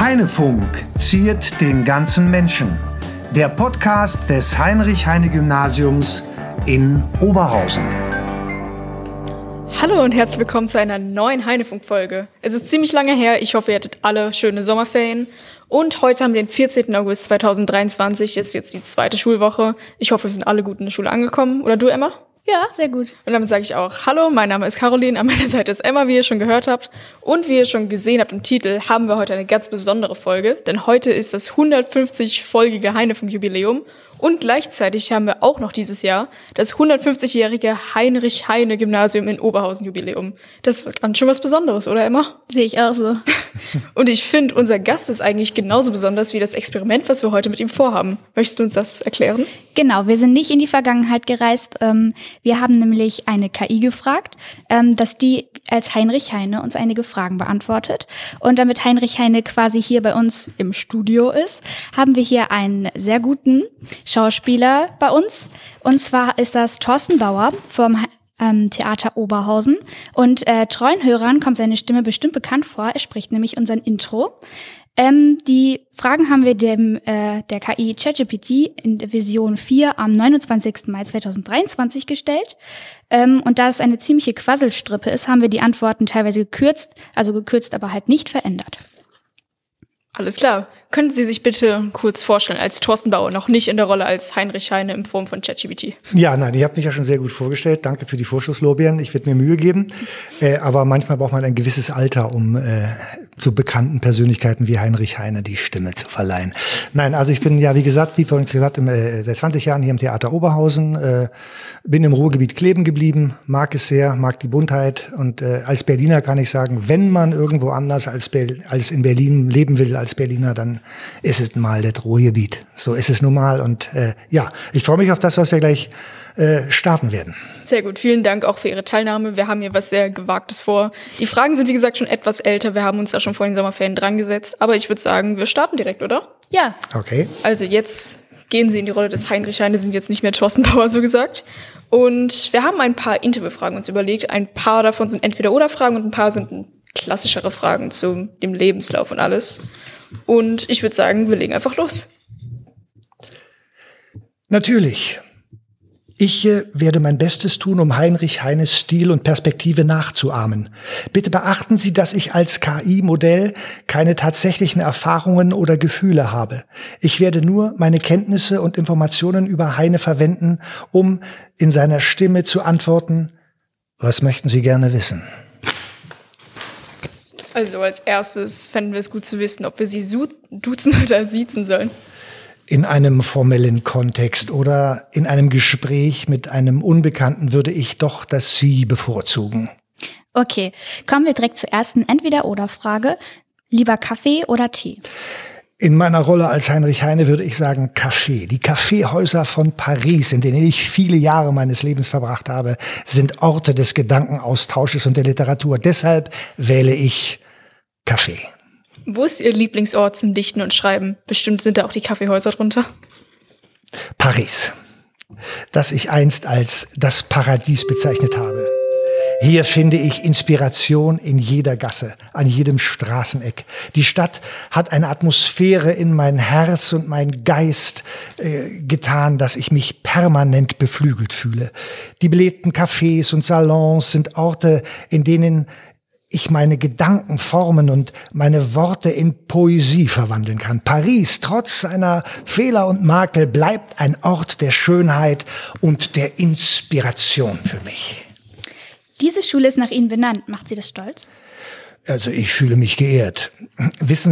Heinefunk ziert den ganzen Menschen. Der Podcast des Heinrich-Heine-Gymnasiums in Oberhausen. Hallo und herzlich willkommen zu einer neuen Heinefunk-Folge. Es ist ziemlich lange her, ich hoffe, ihr hattet alle schöne Sommerferien. Und heute haben wir den 14. August 2023, ist jetzt die zweite Schulwoche. Ich hoffe, wir sind alle gut in der Schule angekommen. Oder du, Emma? Ja, sehr gut. Und damit sage ich auch Hallo, mein Name ist Caroline, an meiner Seite ist Emma, wie ihr schon gehört habt. Und wie ihr schon gesehen habt im Titel, haben wir heute eine ganz besondere Folge, denn heute ist das 150-folgige Heinefunk-Jubiläum. Und gleichzeitig haben wir auch noch dieses Jahr das 150-jährige Heinrich-Heine-Gymnasium in Oberhausen-Jubiläum. Das ist ganz schön was Besonderes, oder Emma? Sehe ich auch so. Und ich finde, unser Gast ist eigentlich genauso besonders wie das Experiment, was wir heute mit ihm vorhaben. Möchtest du uns das erklären? Genau, wir sind nicht in die Vergangenheit gereist. Wir haben nämlich eine KI gefragt, dass die als Heinrich Heine uns einige Fragen beantwortet. Und damit Heinrich Heine quasi hier bei uns im Studio ist, haben wir hier einen sehr guten Schauspieler bei uns. Und zwar ist das Thorsten Bauer vom Theater Oberhausen. Und treuen Hörern kommt seine Stimme bestimmt bekannt vor. Er spricht nämlich unseren Intro. Die Fragen haben wir der KI ChatGPT in der Version 4 am 29. Mai 2023 gestellt. Und da es eine ziemliche Quasselstrippe ist, haben wir die Antworten teilweise gekürzt, aber halt nicht verändert. Alles klar. Könnten Sie sich bitte kurz vorstellen als Thorsten Bauer, noch nicht in der Rolle als Heinrich Heine in Form von ChatGPT? Ja, nein, ihr habt mich ja schon sehr gut vorgestellt. Danke für die Vorschusslorbeeren. Ich werde mir Mühe geben. Aber manchmal braucht man ein gewisses Alter, um zu bekannten Persönlichkeiten wie Heinrich Heine die Stimme zu verleihen. Nein, also ich bin ja, wie vorhin gesagt, seit 20 Jahren hier im Theater Oberhausen, bin im Ruhrgebiet kleben geblieben, mag es sehr, mag die Buntheit. Und als Berliner kann ich sagen, wenn man irgendwo anders als in Berlin leben will als Berliner, dann ist es mal das Ruhrgebiet. So ist es nun mal. Und ja, ich freue mich auf das, was wir gleich starten werden. Sehr gut, vielen Dank auch für Ihre Teilnahme. Wir haben hier was sehr Gewagtes vor. Die Fragen sind, wie gesagt, schon etwas älter. Wir haben uns da schon vor den Sommerferien dran gesetzt. Aber ich würde sagen, wir starten direkt, oder? Ja. Okay. Also jetzt gehen Sie in die Rolle des Heinrich Heine, sind jetzt nicht mehr Thorsten Bauer, so gesagt. Und wir haben ein paar Interviewfragen uns überlegt. Ein paar davon sind Entweder-oder-Fragen und ein paar sind klassischere Fragen zu dem Lebenslauf und alles. Und ich würde sagen, wir legen einfach los. Natürlich. Ich werde mein Bestes tun, um Heinrich Heines Stil und Perspektive nachzuahmen. Bitte beachten Sie, dass ich als KI-Modell keine tatsächlichen Erfahrungen oder Gefühle habe. Ich werde nur meine Kenntnisse und Informationen über Heine verwenden, um in seiner Stimme zu antworten: Was möchten Sie gerne wissen? Also als erstes fänden wir es gut zu wissen, ob wir Sie duzen oder siezen sollen. In einem formellen Kontext oder in einem Gespräch mit einem Unbekannten würde ich doch das Sie bevorzugen. Okay, kommen wir direkt zur ersten Entweder-oder-Frage. Lieber Kaffee oder Tee? In meiner Rolle als Heinrich Heine würde ich sagen Kaffee. Die Kaffeehäuser von Paris, in denen ich viele Jahre meines Lebens verbracht habe, sind Orte des Gedankenaustausches und der Literatur. Deshalb wähle ich Kaffee. Wo ist Ihr Lieblingsort zum Dichten und Schreiben? Bestimmt sind da auch die Kaffeehäuser drunter. Paris, das ich einst als das Paradies bezeichnet habe. Hier finde ich Inspiration in jeder Gasse, an jedem Straßeneck. Die Stadt hat eine Atmosphäre in mein Herz und mein Geist getan, dass ich mich permanent beflügelt fühle. Die belebten Cafés und Salons sind Orte, in denen ich meine Gedanken formen und meine Worte in Poesie verwandeln kann. Paris, trotz seiner Fehler und Makel, bleibt ein Ort der Schönheit und der Inspiration für mich. Diese Schule ist nach Ihnen benannt. Macht Sie das stolz? Also ich fühle mich geehrt. Wissen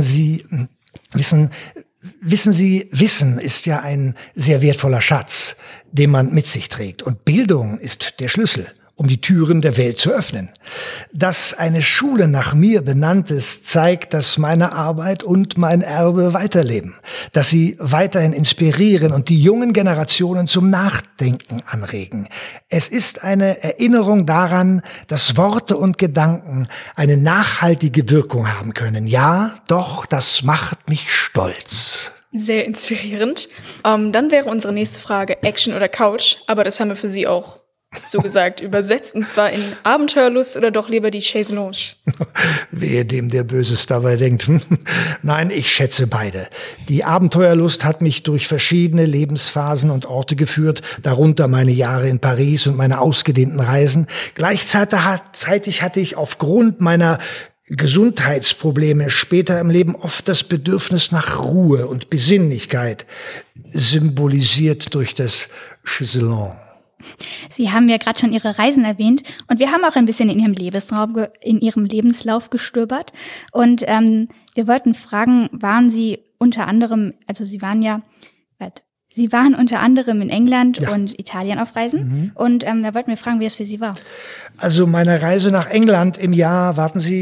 ist ja ein sehr wertvoller Schatz, den man mit sich trägt. Und Bildung ist der Schlüssel, um die Türen der Welt zu öffnen. Dass eine Schule nach mir benannt ist, zeigt, dass meine Arbeit und mein Erbe weiterleben, dass sie weiterhin inspirieren und die jungen Generationen zum Nachdenken anregen. Es ist eine Erinnerung daran, dass Worte und Gedanken eine nachhaltige Wirkung haben können. Ja, doch, das macht mich stolz. Sehr inspirierend. Dann wäre unsere nächste Frage Action oder Couch, aber das haben wir für Sie auch So gesagt, übersetzt, und zwar in Abenteuerlust oder doch lieber die Chaiselonge? Wehe dem, der Böses dabei denkt. Nein, ich schätze beide. Die Abenteuerlust hat mich durch verschiedene Lebensphasen und Orte geführt, darunter meine Jahre in Paris und meine ausgedehnten Reisen. Gleichzeitig hatte ich aufgrund meiner Gesundheitsprobleme später im Leben oft das Bedürfnis nach Ruhe und Besinnlichkeit, symbolisiert durch das Chaiselon. Sie haben ja gerade schon Ihre Reisen erwähnt und wir haben auch ein bisschen in Ihrem Lebenslauf gestöbert. Und wir wollten fragen, waren Sie unter anderem, Sie waren unter anderem in England und Italien auf Reisen. Und da wollten wir fragen, wie es für Sie war. Also meine Reise nach England im Jahr,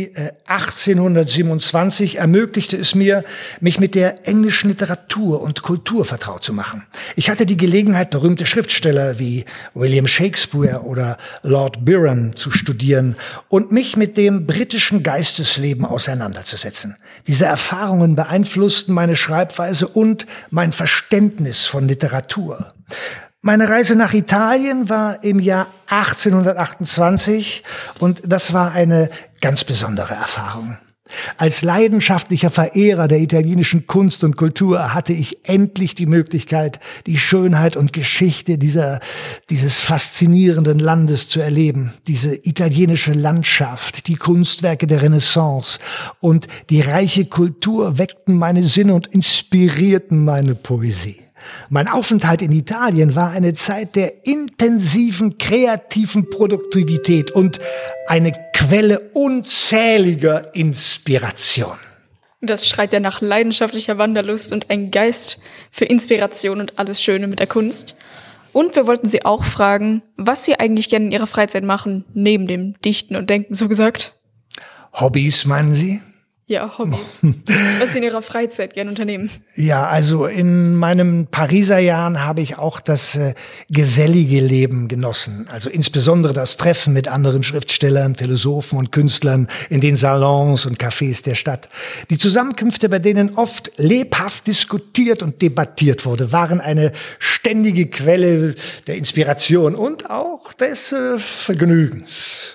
1827, ermöglichte es mir, mich mit der englischen Literatur und Kultur vertraut zu machen. Ich hatte die Gelegenheit, berühmte Schriftsteller wie William Shakespeare oder Lord Byron zu studieren und mich mit dem britischen Geistesleben auseinanderzusetzen. Diese Erfahrungen beeinflussten meine Schreibweise und mein Verständnis von Literatur. Meine Reise nach Italien war im Jahr 1828 und das war eine ganz besondere Erfahrung. Als leidenschaftlicher Verehrer der italienischen Kunst und Kultur hatte ich endlich die Möglichkeit, die Schönheit und Geschichte dieses faszinierenden Landes zu erleben. Diese italienische Landschaft, die Kunstwerke der Renaissance und die reiche Kultur weckten meine Sinne und inspirierten meine Poesie. Mein Aufenthalt in Italien war eine Zeit der intensiven kreativen Produktivität und eine Quelle unzähliger Inspiration. Das schreit ja nach leidenschaftlicher Wanderlust und ein Geist für Inspiration und alles Schöne mit der Kunst. Und wir wollten Sie auch fragen, was Sie eigentlich gerne in Ihrer Freizeit machen, neben dem Dichten und Denken, so gesagt. Hobbys, meinen Sie? Ja, Hobbys. Was Sie in Ihrer Freizeit gerne unternehmen. Ja, also in meinen Pariser Jahren habe ich auch das gesellige Leben genossen. Also insbesondere das Treffen mit anderen Schriftstellern, Philosophen und Künstlern in den Salons und Cafés der Stadt. Die Zusammenkünfte, bei denen oft lebhaft diskutiert und debattiert wurde, waren eine ständige Quelle der Inspiration und auch des Vergnügens.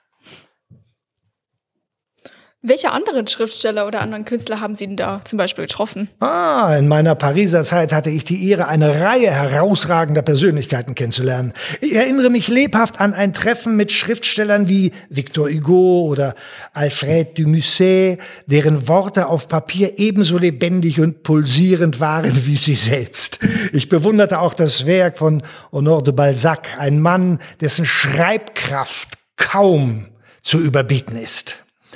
Welche anderen Schriftsteller oder anderen Künstler haben Sie denn da zum Beispiel getroffen? In meiner Pariser Zeit hatte ich die Ehre, eine Reihe herausragender Persönlichkeiten kennenzulernen. Ich erinnere mich lebhaft an ein Treffen mit Schriftstellern wie Victor Hugo oder Alfred de Musset, deren Worte auf Papier ebenso lebendig und pulsierend waren wie sie selbst. Ich bewunderte auch das Werk von Honoré de Balzac, ein Mann, dessen Schreibkraft kaum zu überbieten ist.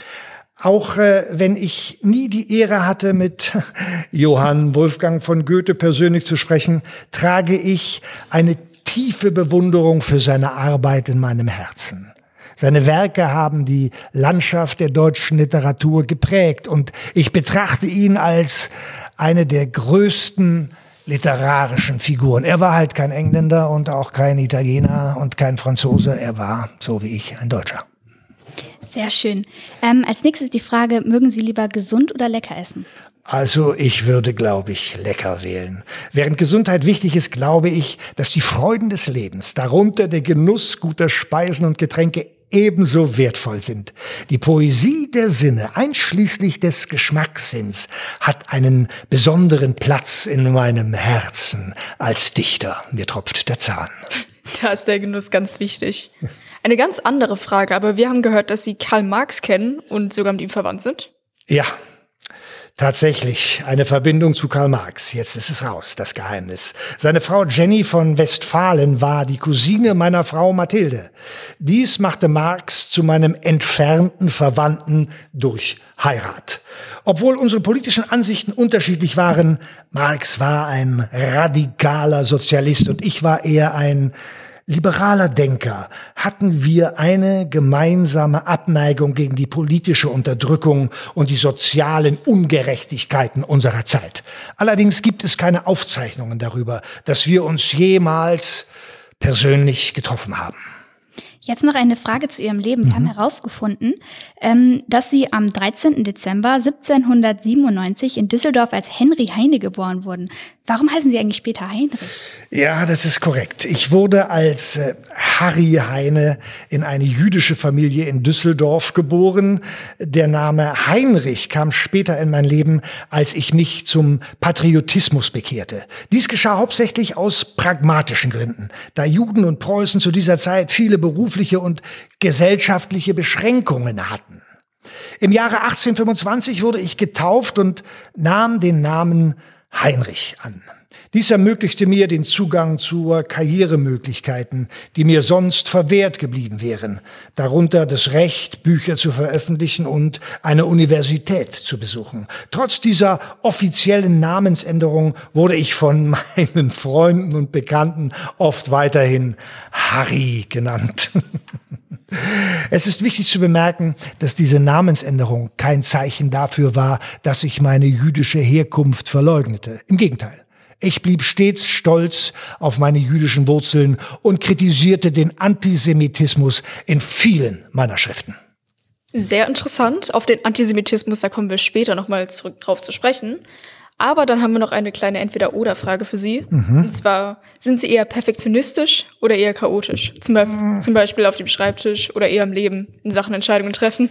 Auch wenn ich nie die Ehre hatte, mit Johann Wolfgang von Goethe persönlich zu sprechen, trage ich eine tiefe Bewunderung für seine Arbeit in meinem Herzen. Seine Werke haben die Landschaft der deutschen Literatur geprägt und ich betrachte ihn als eine der größten literarischen Figuren. Er war halt kein Engländer und auch kein Italiener und kein Franzose. Er war, so wie ich, ein Deutscher. Sehr schön. Als nächstes die Frage, mögen Sie lieber gesund oder lecker essen? Also ich würde, glaube ich, lecker wählen. Während Gesundheit wichtig ist, glaube ich, dass die Freuden des Lebens, darunter der Genuss guter Speisen und Getränke, ebenso wertvoll sind. Die Poesie der Sinne, einschließlich des Geschmackssinns, hat einen besonderen Platz in meinem Herzen als Dichter. Mir tropft der Zahn. Da ist der Genuss ganz wichtig. Eine ganz andere Frage, aber wir haben gehört, dass Sie Karl Marx kennen und sogar mit ihm verwandt sind. Ja, tatsächlich eine Verbindung zu Karl Marx. Jetzt ist es raus, das Geheimnis. Seine Frau Jenny von Westphalen war die Cousine meiner Frau Mathilde. Dies machte Marx zu meinem entfernten Verwandten durch Heirat. Obwohl unsere politischen Ansichten unterschiedlich waren, Marx war ein radikaler Sozialist und ich war eher ein liberaler Denker, hatten wir eine gemeinsame Abneigung gegen die politische Unterdrückung und die sozialen Ungerechtigkeiten unserer Zeit. Allerdings gibt es keine Aufzeichnungen darüber, dass wir uns jemals persönlich getroffen haben. Jetzt noch eine Frage zu Ihrem Leben. Wir haben herausgefunden, dass Sie am 13. Dezember 1797 in Düsseldorf als Henry Heine geboren wurden. Warum heißen Sie eigentlich später Heinrich? Ja, das ist korrekt. Ich wurde als Harry Heine in eine jüdische Familie in Düsseldorf geboren. Der Name Heinrich kam später in mein Leben, als ich mich zum Patriotismus bekehrte. Dies geschah hauptsächlich aus pragmatischen Gründen, da Juden und Preußen zu dieser Zeit viele berufliche und gesellschaftliche Beschränkungen hatten. Im Jahre 1825 wurde ich getauft und nahm den Namen Heinrich an. Dies ermöglichte mir den Zugang zu Karrieremöglichkeiten, die mir sonst verwehrt geblieben wären, darunter das Recht, Bücher zu veröffentlichen und eine Universität zu besuchen. Trotz dieser offiziellen Namensänderung wurde ich von meinen Freunden und Bekannten oft weiterhin Harry genannt. Es ist wichtig zu bemerken, dass diese Namensänderung kein Zeichen dafür war, dass ich meine jüdische Herkunft verleugnete. Im Gegenteil. Ich blieb stets stolz auf meine jüdischen Wurzeln und kritisierte den Antisemitismus in vielen meiner Schriften. Sehr interessant. Auf den Antisemitismus, da kommen wir später nochmal zurück drauf zu sprechen. Aber dann haben wir noch eine kleine Entweder-oder-Frage für Sie. Und zwar, sind Sie eher perfektionistisch oder eher chaotisch? Zum Beispiel auf dem Schreibtisch oder eher im Leben in Sachen Entscheidungen treffen?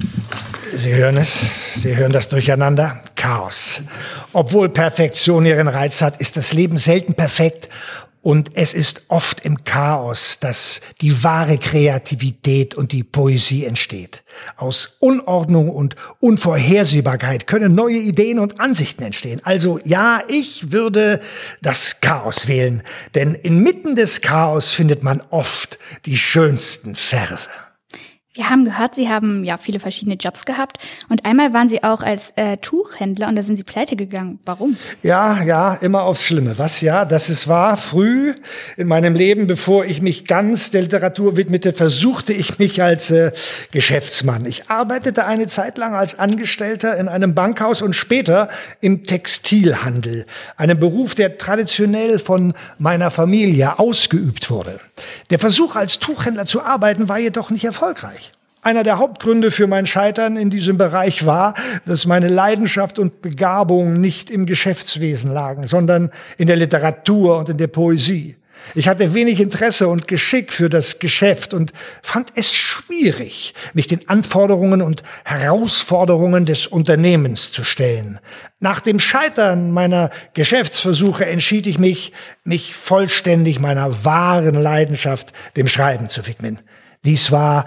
Sie hören es. Sie hören das Durcheinander. Chaos. Obwohl Perfektion ihren Reiz hat, ist das Leben selten perfekt. Und es ist oft im Chaos, dass die wahre Kreativität und die Poesie entsteht. Aus Unordnung und Unvorhersehbarkeit können neue Ideen und Ansichten entstehen. Also ja, ich würde das Chaos wählen. Denn inmitten des Chaos findet man oft die schönsten Verse. Wir haben gehört, Sie haben ja viele verschiedene Jobs gehabt und einmal waren Sie auch als Tuchhändler und da sind Sie pleite gegangen. Warum? Ja, immer aufs Schlimme. Was? Ja, das war früh in meinem Leben, bevor ich mich ganz der Literatur widmete, versuchte ich mich als Geschäftsmann. Ich arbeitete eine Zeit lang als Angestellter in einem Bankhaus und später im Textilhandel, einem Beruf, der traditionell von meiner Familie ausgeübt wurde. Der Versuch, als Tuchhändler zu arbeiten, war jedoch nicht erfolgreich. Einer der Hauptgründe für mein Scheitern in diesem Bereich war, dass meine Leidenschaft und Begabung nicht im Geschäftswesen lagen, sondern in der Literatur und in der Poesie. Ich hatte wenig Interesse und Geschick für das Geschäft und fand es schwierig, mich den Anforderungen und Herausforderungen des Unternehmens zu stellen. Nach dem Scheitern meiner Geschäftsversuche entschied ich mich vollständig meiner wahren Leidenschaft, dem Schreiben zu widmen. Dies war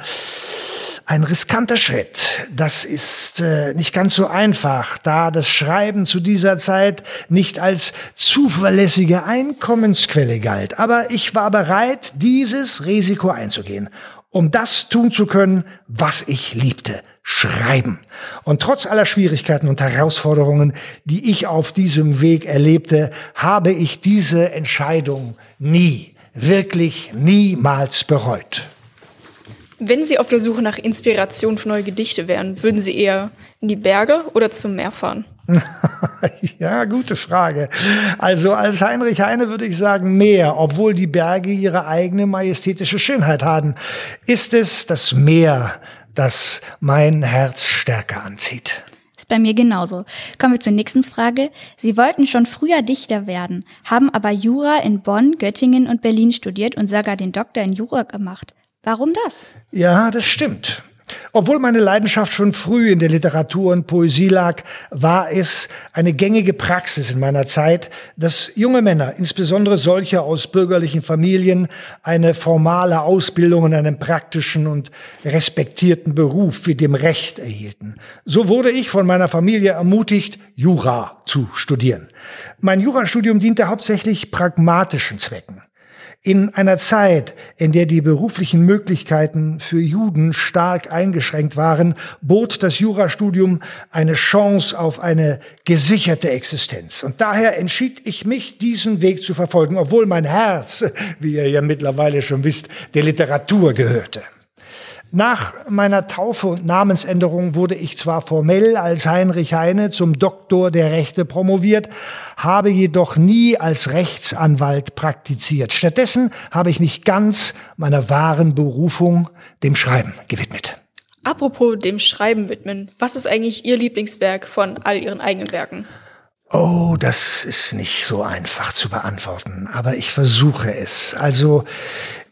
ein riskanter Schritt. Das ist nicht ganz so einfach, da das Schreiben zu dieser Zeit nicht als zuverlässige Einkommensquelle galt. Aber ich war bereit, dieses Risiko einzugehen, um das tun zu können, was ich liebte. Schreiben. Und trotz aller Schwierigkeiten und Herausforderungen, die ich auf diesem Weg erlebte, habe ich diese Entscheidung wirklich niemals bereut. Wenn Sie auf der Suche nach Inspiration für neue Gedichte wären, würden Sie eher in die Berge oder zum Meer fahren? Ja, gute Frage. Also als Heinrich Heine würde ich sagen Meer, obwohl die Berge ihre eigene majestätische Schönheit haben. Ist es das Meer, das mein Herz stärker anzieht? Ist bei mir genauso. Kommen wir zur nächsten Frage. Sie wollten schon früher Dichter werden, haben aber Jura in Bonn, Göttingen und Berlin studiert und sogar den Doktor in Jura gemacht. Warum das? Ja, das stimmt. Obwohl meine Leidenschaft schon früh in der Literatur und Poesie lag, war es eine gängige Praxis in meiner Zeit, dass junge Männer, insbesondere solche aus bürgerlichen Familien, eine formale Ausbildung in einem praktischen und respektierten Beruf wie dem Recht erhielten. So wurde ich von meiner Familie ermutigt, Jura zu studieren. Mein Jurastudium diente hauptsächlich pragmatischen Zwecken. In einer Zeit, in der die beruflichen Möglichkeiten für Juden stark eingeschränkt waren, bot das Jurastudium eine Chance auf eine gesicherte Existenz. Und daher entschied ich mich, diesen Weg zu verfolgen, obwohl mein Herz, wie ihr ja mittlerweile schon wisst, der Literatur gehörte. Nach meiner Taufe und Namensänderung wurde ich zwar formell als Heinrich Heine zum Doktor der Rechte promoviert, habe jedoch nie als Rechtsanwalt praktiziert. Stattdessen habe ich mich ganz meiner wahren Berufung, dem Schreiben, gewidmet. Apropos dem Schreiben widmen, was ist eigentlich Ihr Lieblingswerk von all Ihren eigenen Werken? Oh, das ist nicht so einfach zu beantworten, aber ich versuche es. Also,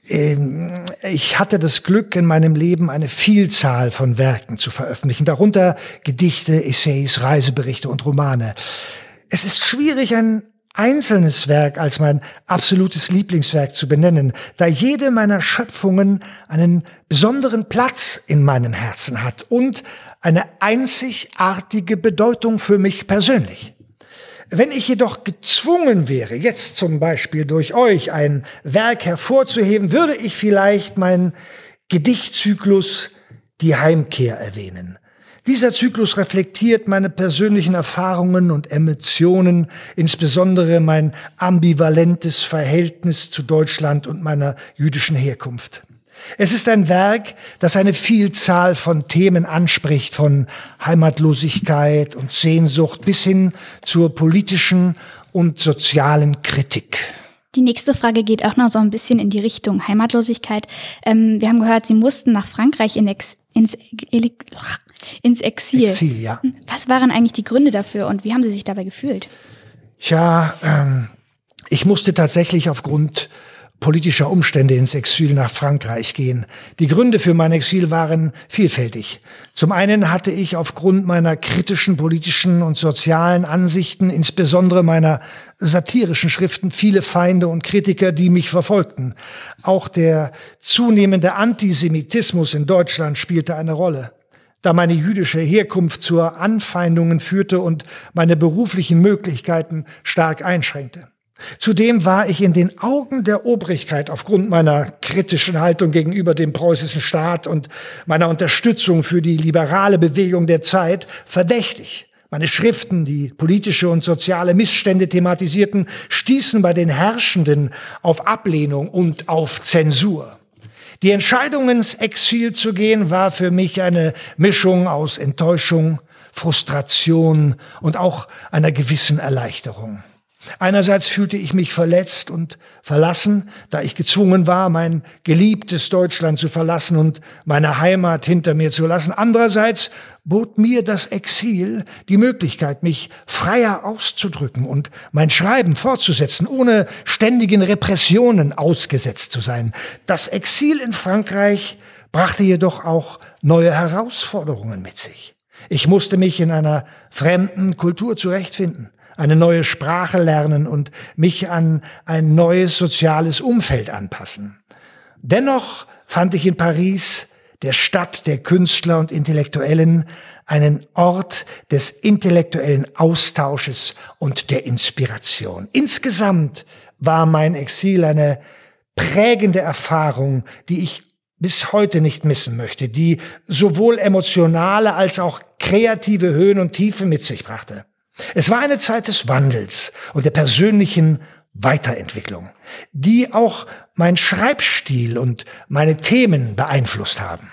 Ich hatte das Glück, in meinem Leben eine Vielzahl von Werken zu veröffentlichen, darunter Gedichte, Essays, Reiseberichte und Romane. Es ist schwierig, ein einzelnes Werk als mein absolutes Lieblingswerk zu benennen, da jede meiner Schöpfungen einen besonderen Platz in meinem Herzen hat und eine einzigartige Bedeutung für mich persönlich. Wenn ich jedoch gezwungen wäre, jetzt zum Beispiel durch euch ein Werk hervorzuheben, würde ich vielleicht meinen Gedichtzyklus Die Heimkehr erwähnen. Dieser Zyklus reflektiert meine persönlichen Erfahrungen und Emotionen, insbesondere mein ambivalentes Verhältnis zu Deutschland und meiner jüdischen Herkunft. Es ist ein Werk, das eine Vielzahl von Themen anspricht, von Heimatlosigkeit und Sehnsucht bis hin zur politischen und sozialen Kritik. Die nächste Frage geht auch noch so ein bisschen in die Richtung Heimatlosigkeit. Wir haben gehört, Sie mussten nach Frankreich ins Exil. Exil, ja. Was waren eigentlich die Gründe dafür und wie haben Sie sich dabei gefühlt? Tja, ich musste tatsächlich aufgrund politischer Umstände ins Exil nach Frankreich gehen. Die Gründe für mein Exil waren vielfältig. Zum einen hatte ich aufgrund meiner kritischen politischen und sozialen Ansichten, insbesondere meiner satirischen Schriften, viele Feinde und Kritiker, die mich verfolgten. Auch der zunehmende Antisemitismus in Deutschland spielte eine Rolle. Da meine jüdische Herkunft zu Anfeindungen führte und meine beruflichen Möglichkeiten stark einschränkte. Zudem war ich in den Augen der Obrigkeit aufgrund meiner kritischen Haltung gegenüber dem preußischen Staat und meiner Unterstützung für die liberale Bewegung der Zeit verdächtig. Meine Schriften, die politische und soziale Missstände thematisierten, stießen bei den Herrschenden auf Ablehnung und auf Zensur. Die Entscheidung, ins Exil zu gehen, war für mich eine Mischung aus Enttäuschung, Frustration und auch einer gewissen Erleichterung. Einerseits fühlte ich mich verletzt und verlassen, da ich gezwungen war, mein geliebtes Deutschland zu verlassen und meine Heimat hinter mir zu lassen. Andererseits bot mir das Exil die Möglichkeit, mich freier auszudrücken und mein Schreiben fortzusetzen, ohne ständigen Repressionen ausgesetzt zu sein. Das Exil in Frankreich brachte jedoch auch neue Herausforderungen mit sich. Ich musste mich in einer fremden Kultur zurechtfinden, eine neue Sprache lernen und mich an ein neues soziales Umfeld anpassen. Dennoch fand ich in Paris, der Stadt der Künstler und Intellektuellen, einen Ort des intellektuellen Austausches und der Inspiration. Insgesamt war mein Exil eine prägende Erfahrung, die ich bis heute nicht missen möchte, die sowohl emotionale als auch kreative Höhen und Tiefen mit sich brachte. Es war eine Zeit des Wandels und der persönlichen Weiterentwicklung, die auch mein Schreibstil und meine Themen beeinflusst haben.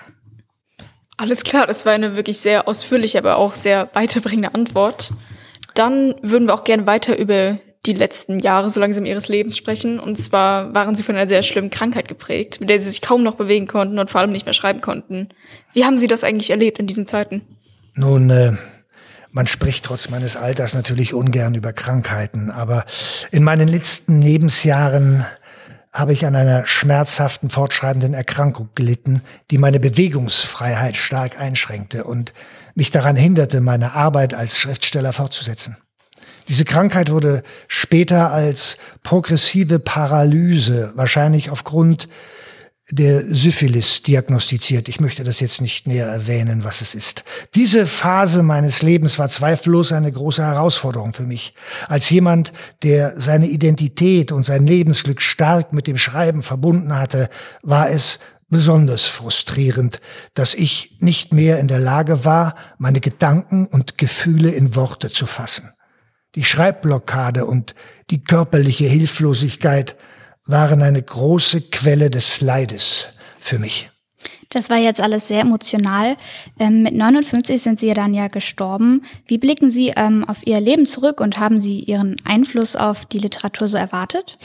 Alles klar, das war eine wirklich sehr ausführliche, aber auch sehr weiterbringende Antwort. Dann würden wir auch gerne weiter über die letzten Jahre so langsam ihres Lebens sprechen. Und zwar waren sie von einer sehr schlimmen Krankheit geprägt, mit der sie sich kaum noch bewegen konnten und vor allem nicht mehr schreiben konnten. Wie haben Sie das eigentlich erlebt in diesen Zeiten? Nun, man spricht trotz meines Alters natürlich ungern über Krankheiten, aber in meinen letzten Lebensjahren habe ich an einer schmerzhaften, fortschreitenden Erkrankung gelitten, die meine Bewegungsfreiheit stark einschränkte und mich daran hinderte, meine Arbeit als Schriftsteller fortzusetzen. Diese Krankheit wurde später als progressive Paralyse, wahrscheinlich aufgrund der Syphilis, diagnostiziert. Ich möchte das jetzt nicht näher erwähnen, was es ist. Diese Phase meines Lebens war zweifellos eine große Herausforderung für mich. Als jemand, der seine Identität und sein Lebensglück stark mit dem Schreiben verbunden hatte, war es besonders frustrierend, dass ich nicht mehr in der Lage war, meine Gedanken und Gefühle in Worte zu fassen. Die Schreibblockade und die körperliche Hilflosigkeit waren eine große Quelle des Leides für mich. Das war jetzt alles sehr emotional. Mit 59 sind Sie dann ja gestorben. Wie blicken Sie auf Ihr Leben zurück und haben Sie Ihren Einfluss auf die Literatur so erwartet?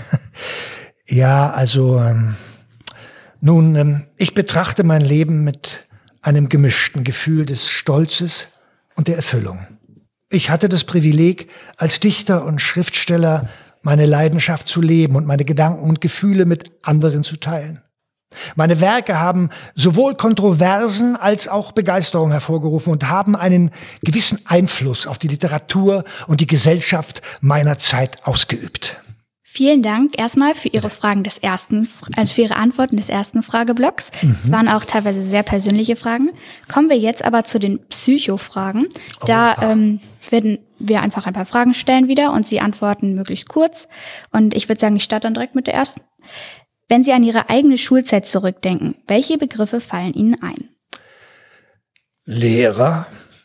Ja, also ich betrachte mein Leben mit einem gemischten Gefühl des Stolzes und der Erfüllung. Ich hatte das Privileg, als Dichter und Schriftsteller meine Leidenschaft zu leben und meine Gedanken und Gefühle mit anderen zu teilen. Meine Werke haben sowohl Kontroversen als auch Begeisterung hervorgerufen und haben einen gewissen Einfluss auf die Literatur und die Gesellschaft meiner Zeit ausgeübt. Vielen Dank erstmal für Ihre Fragen für Ihre Antworten des ersten Frageblocks. Es waren auch teilweise sehr persönliche Fragen. Kommen wir jetzt aber zu den Psycho-Fragen. Da werden wir einfach ein paar Fragen stellen wieder und Sie antworten möglichst kurz. Und ich würde sagen, ich starte dann direkt mit der ersten. Wenn Sie an Ihre eigene Schulzeit zurückdenken, welche Begriffe fallen Ihnen ein? Lehrer,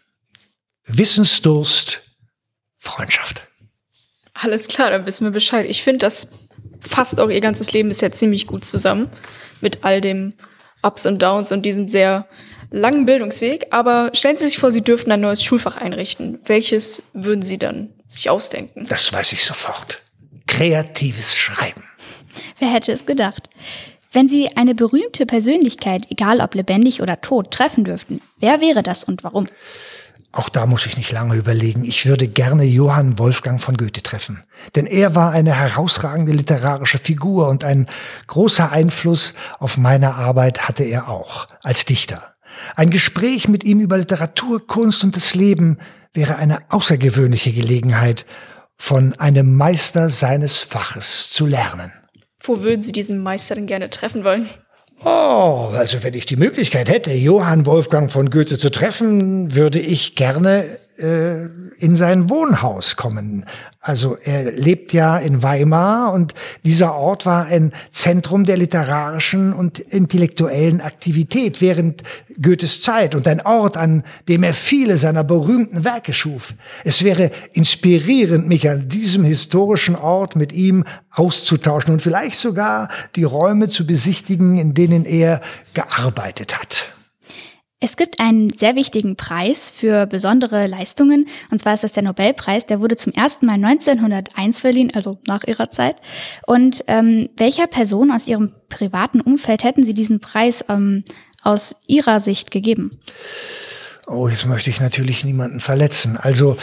Wissensdurst, Freundschaft. Alles klar, dann wissen wir Bescheid. Ich finde, das fasst auch ihr ganzes Leben bisher ziemlich gut zusammen. Mit all dem Ups und Downs und diesem sehr langen Bildungsweg. Aber stellen Sie sich vor, Sie dürften ein neues Schulfach einrichten. Welches würden Sie dann sich ausdenken? Das weiß ich sofort. Kreatives Schreiben. Wer hätte es gedacht? Wenn Sie eine berühmte Persönlichkeit, egal ob lebendig oder tot, treffen dürften, wer wäre das und warum? Auch da muss ich nicht lange überlegen. Ich würde gerne Johann Wolfgang von Goethe treffen. Denn er war eine herausragende literarische Figur und ein großer Einfluss auf meine Arbeit hatte er auch als Dichter. Ein Gespräch mit ihm über Literatur, Kunst und das Leben wäre eine außergewöhnliche Gelegenheit, von einem Meister seines Faches zu lernen. Wo würden Sie diesen Meister denn gerne treffen wollen? Oh, also wenn ich die Möglichkeit hätte, Johann Wolfgang von Goethe zu treffen, würde ich gerne in sein Wohnhaus kommen. Also er lebt ja in Weimar und dieser Ort war ein Zentrum der literarischen und intellektuellen Aktivität während Goethes Zeit und ein Ort, an dem er viele seiner berühmten Werke schuf. Es wäre inspirierend, mich an diesem historischen Ort mit ihm auszutauschen und vielleicht sogar die Räume zu besichtigen, in denen er gearbeitet hat. Es gibt einen sehr wichtigen Preis für besondere Leistungen, und zwar ist das der Nobelpreis. Der wurde zum ersten Mal 1901 verliehen, also nach Ihrer Zeit. Und welcher Person aus Ihrem privaten Umfeld hätten Sie diesen Preis aus Ihrer Sicht gegeben? Oh, jetzt möchte ich natürlich niemanden verletzen. Also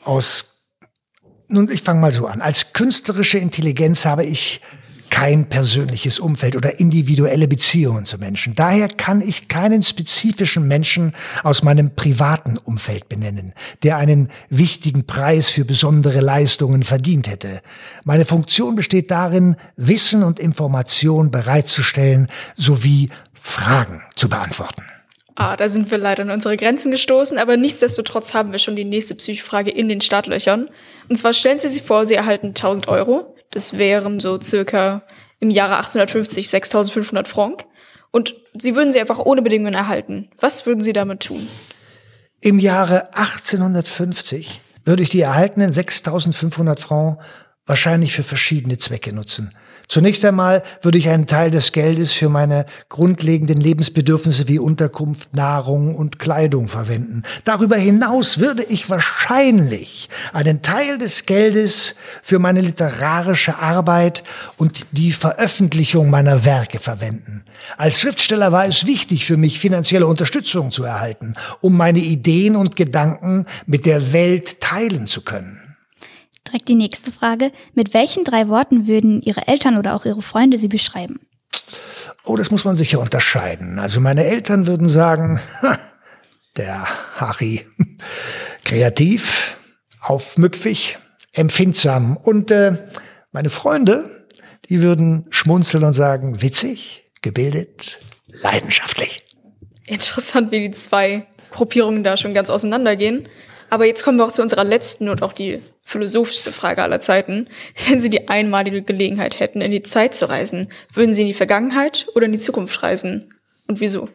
nun, ich fange mal so an. Als künstlerische Intelligenz habe ich kein persönliches Umfeld oder individuelle Beziehungen zu Menschen. Daher kann ich keinen spezifischen Menschen aus meinem privaten Umfeld benennen, der einen wichtigen Preis für besondere Leistungen verdient hätte. Meine Funktion besteht darin, Wissen und Information bereitzustellen sowie Fragen zu beantworten. Da sind wir leider an unsere Grenzen gestoßen, aber nichtsdestotrotz haben wir schon die nächste Psychofrage in den Startlöchern. Und zwar stellen Sie sich vor, Sie erhalten 1.000 Euro. Das wären so circa im Jahre 1850 6.500 Franc. Und Sie würden sie einfach ohne Bedingungen erhalten. Was würden Sie damit tun? Im Jahre 1850 würde ich die erhaltenen 6.500 Franc wahrscheinlich für verschiedene Zwecke nutzen. Zunächst einmal würde ich einen Teil des Geldes für meine grundlegenden Lebensbedürfnisse wie Unterkunft, Nahrung und Kleidung verwenden. Darüber hinaus würde ich wahrscheinlich einen Teil des Geldes für meine literarische Arbeit und die Veröffentlichung meiner Werke verwenden. Als Schriftsteller war es wichtig für mich, finanzielle Unterstützung zu erhalten, um meine Ideen und Gedanken mit der Welt teilen zu können. Direkt die nächste Frage. Mit welchen 3 Worten würden Ihre Eltern oder auch Ihre Freunde Sie beschreiben? Oh, das muss man sicher unterscheiden. Also meine Eltern würden sagen, der Harry, kreativ, aufmüpfig, empfindsam. Und meine Freunde, die würden schmunzeln und sagen, witzig, gebildet, leidenschaftlich. Interessant, wie die 2 Gruppierungen da schon ganz auseinandergehen. Aber jetzt kommen wir auch zu unserer letzten und auch die philosophischste Frage aller Zeiten. Wenn Sie die einmalige Gelegenheit hätten, in die Zeit zu reisen, würden Sie in die Vergangenheit oder in die Zukunft reisen? Und wieso?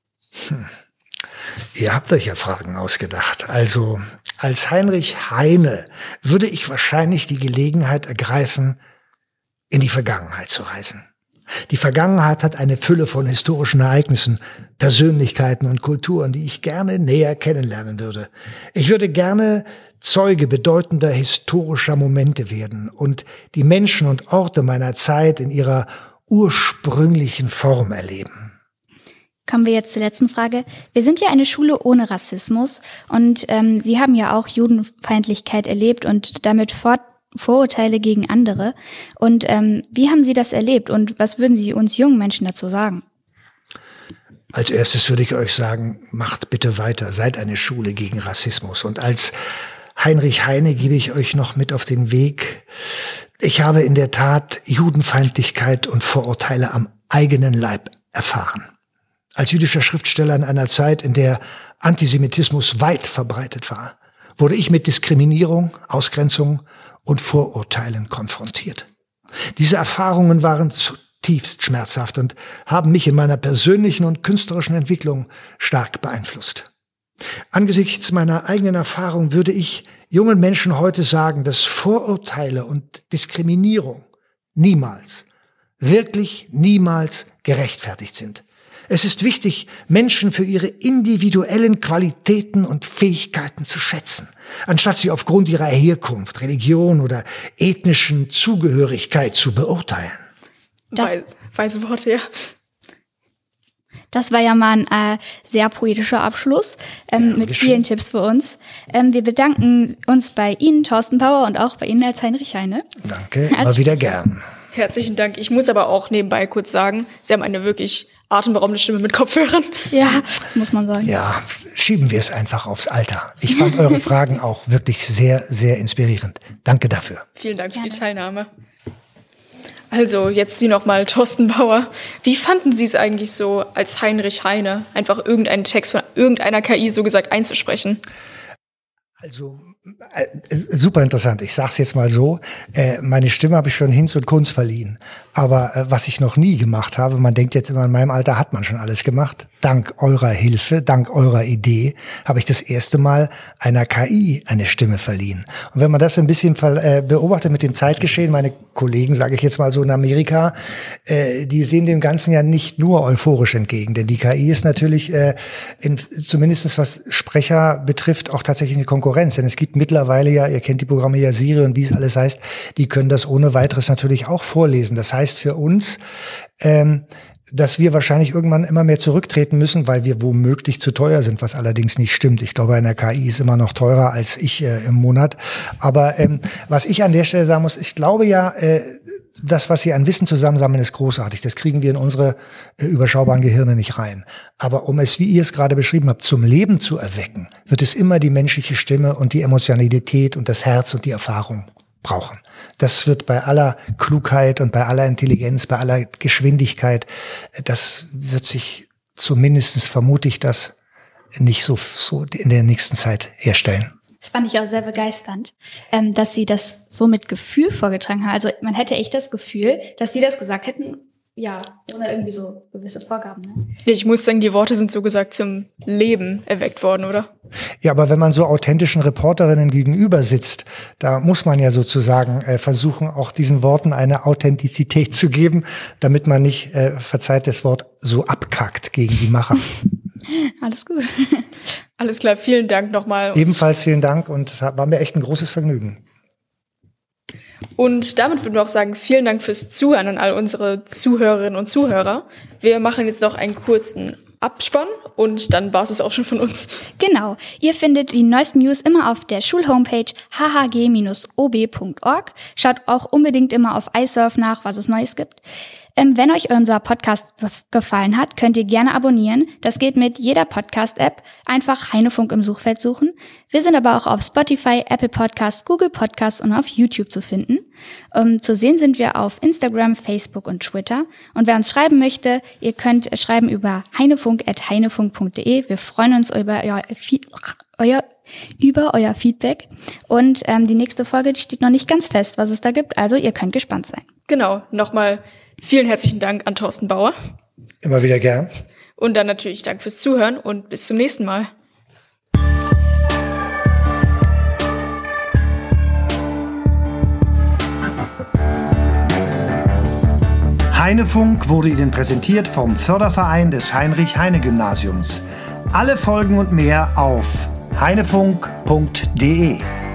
Ihr habt euch ja Fragen ausgedacht. Also, als Heinrich Heine würde ich wahrscheinlich die Gelegenheit ergreifen, in die Vergangenheit zu reisen. Die Vergangenheit hat eine Fülle von historischen Ereignissen, Persönlichkeiten und Kulturen, die ich gerne näher kennenlernen würde. Ich würde gerne Zeuge bedeutender historischer Momente werden und die Menschen und Orte meiner Zeit in ihrer ursprünglichen Form erleben. Kommen wir jetzt zur letzten Frage. Wir sind ja eine Schule ohne Rassismus und Sie haben ja auch Judenfeindlichkeit erlebt und damit Vorurteile gegen andere. Und wie haben Sie das erlebt und was würden Sie uns jungen Menschen dazu sagen? Als erstes würde ich euch sagen, macht bitte weiter, seid eine Schule gegen Rassismus. Und als Heinrich Heine gebe ich euch noch mit auf den Weg. Ich habe in der Tat Judenfeindlichkeit und Vorurteile am eigenen Leib erfahren. Als jüdischer Schriftsteller in einer Zeit, in der Antisemitismus weit verbreitet war, wurde ich mit Diskriminierung, Ausgrenzung und Vorurteilen konfrontiert. Diese Erfahrungen waren zutiefst schmerzhaft und haben mich in meiner persönlichen und künstlerischen Entwicklung stark beeinflusst. Angesichts meiner eigenen Erfahrung würde ich jungen Menschen heute sagen, dass Vorurteile und Diskriminierung niemals, wirklich niemals gerechtfertigt sind. Es ist wichtig, Menschen für ihre individuellen Qualitäten und Fähigkeiten zu schätzen, anstatt sie aufgrund ihrer Herkunft, Religion oder ethnischen Zugehörigkeit zu beurteilen. Weise Worte, ja. Das war ja mal ein sehr poetischer Abschluss mit vielen Tipps für uns. Wir bedanken uns bei Ihnen, Thorsten Bauer, und auch bei Ihnen als Heinrich Heine. Danke, immer wieder gern. Herzlichen Dank. Ich muss aber auch nebenbei kurz sagen, Sie haben eine wirklich atemberaubende Stimme mit Kopfhörern. Ja, muss man sagen. Ja, schieben wir es einfach aufs Alter. Ich fand eure Fragen auch wirklich sehr, sehr inspirierend. Danke dafür. Vielen Dank für die Teilnahme. Also, jetzt Sie nochmal, Thorsten Bauer. Wie fanden Sie es eigentlich so, als Heinrich Heine einfach irgendeinen Text von irgendeiner KI so gesagt einzusprechen? Also, super interessant. Ich sag's jetzt mal so, meine Stimme habe ich schon Hinz und Kunz verliehen. Aber was ich noch nie gemacht habe, man denkt jetzt immer, in meinem Alter hat man schon alles gemacht. Dank eurer Hilfe, dank eurer Idee, habe ich das erste Mal einer KI eine Stimme verliehen. Und wenn man das ein bisschen beobachtet mit dem Zeitgeschehen, meine Kollegen, sage ich jetzt mal so in Amerika, die sehen dem Ganzen ja nicht nur euphorisch entgegen. Denn die KI ist natürlich, zumindest was Sprecher betrifft, auch tatsächlich eine Konkurrenz. Denn es gibt mittlerweile ja, ihr kennt die Programme ja, Siri und wie es alles heißt, die können das ohne weiteres natürlich auch vorlesen. Das heißt für uns, dass wir wahrscheinlich irgendwann immer mehr zurücktreten müssen, weil wir womöglich zu teuer sind, was allerdings nicht stimmt. Ich glaube, eine KI ist immer noch teurer als ich im Monat. Aber was ich an der Stelle sagen muss, ich glaube ja, das, was Sie an Wissen zusammensammeln, ist großartig. Das kriegen wir in unsere überschaubaren Gehirne nicht rein. Aber um es, wie ihr es gerade beschrieben habt, zum Leben zu erwecken, wird es immer die menschliche Stimme und die Emotionalität und das Herz und die Erfahrung brauchen. Das wird bei aller Klugheit und bei aller Intelligenz, bei aller Geschwindigkeit, das wird sich zumindest, vermute ich, das nicht so in der nächsten Zeit herstellen. Das fand ich auch sehr begeisternd, dass Sie das so mit Gefühl vorgetragen haben. Also man hätte echt das Gefühl, dass Sie das gesagt hätten, ja, ohne irgendwie so gewisse Vorgaben. Ne? Ja, ich muss sagen, die Worte sind so gesagt zum Leben erweckt worden, oder? Ja, aber wenn man so authentischen Reporterinnen gegenüber sitzt, da muss man ja sozusagen versuchen, auch diesen Worten eine Authentizität zu geben, damit man nicht, verzeiht das Wort, so abkackt gegen die Macher. Alles gut. Alles klar, vielen Dank nochmal. Ebenfalls vielen Dank und es war mir echt ein großes Vergnügen. Und damit würden wir auch sagen, vielen Dank fürs Zuhören an all unsere Zuhörerinnen und Zuhörer. Wir machen jetzt noch einen kurzen Abspann und dann war es auch schon von uns. Genau, ihr findet die neuesten News immer auf der Schulhomepage hhg-ob.org. Schaut auch unbedingt immer auf iSurf nach, was es Neues gibt. Wenn euch unser Podcast gefallen hat, könnt ihr gerne abonnieren. Das geht mit jeder Podcast-App. Einfach Heinefunk im Suchfeld suchen. Wir sind aber auch auf Spotify, Apple Podcasts, Google Podcasts und auf YouTube zu finden. Zu sehen sind wir auf Instagram, Facebook und Twitter. Und wer uns schreiben möchte, ihr könnt schreiben über heinefunk@heinefunk.de. Wir freuen uns über euer Feedback. Und die nächste Folge steht noch nicht ganz fest, was es da gibt. Also ihr könnt gespannt sein. Genau, nochmal vielen herzlichen Dank an Thorsten Bauer. Immer wieder gern. Und dann natürlich Dank fürs Zuhören und bis zum nächsten Mal. Heinefunk wurde Ihnen präsentiert vom Förderverein des Heinrich-Heine-Gymnasiums. Alle Folgen und mehr auf heinefunk.de.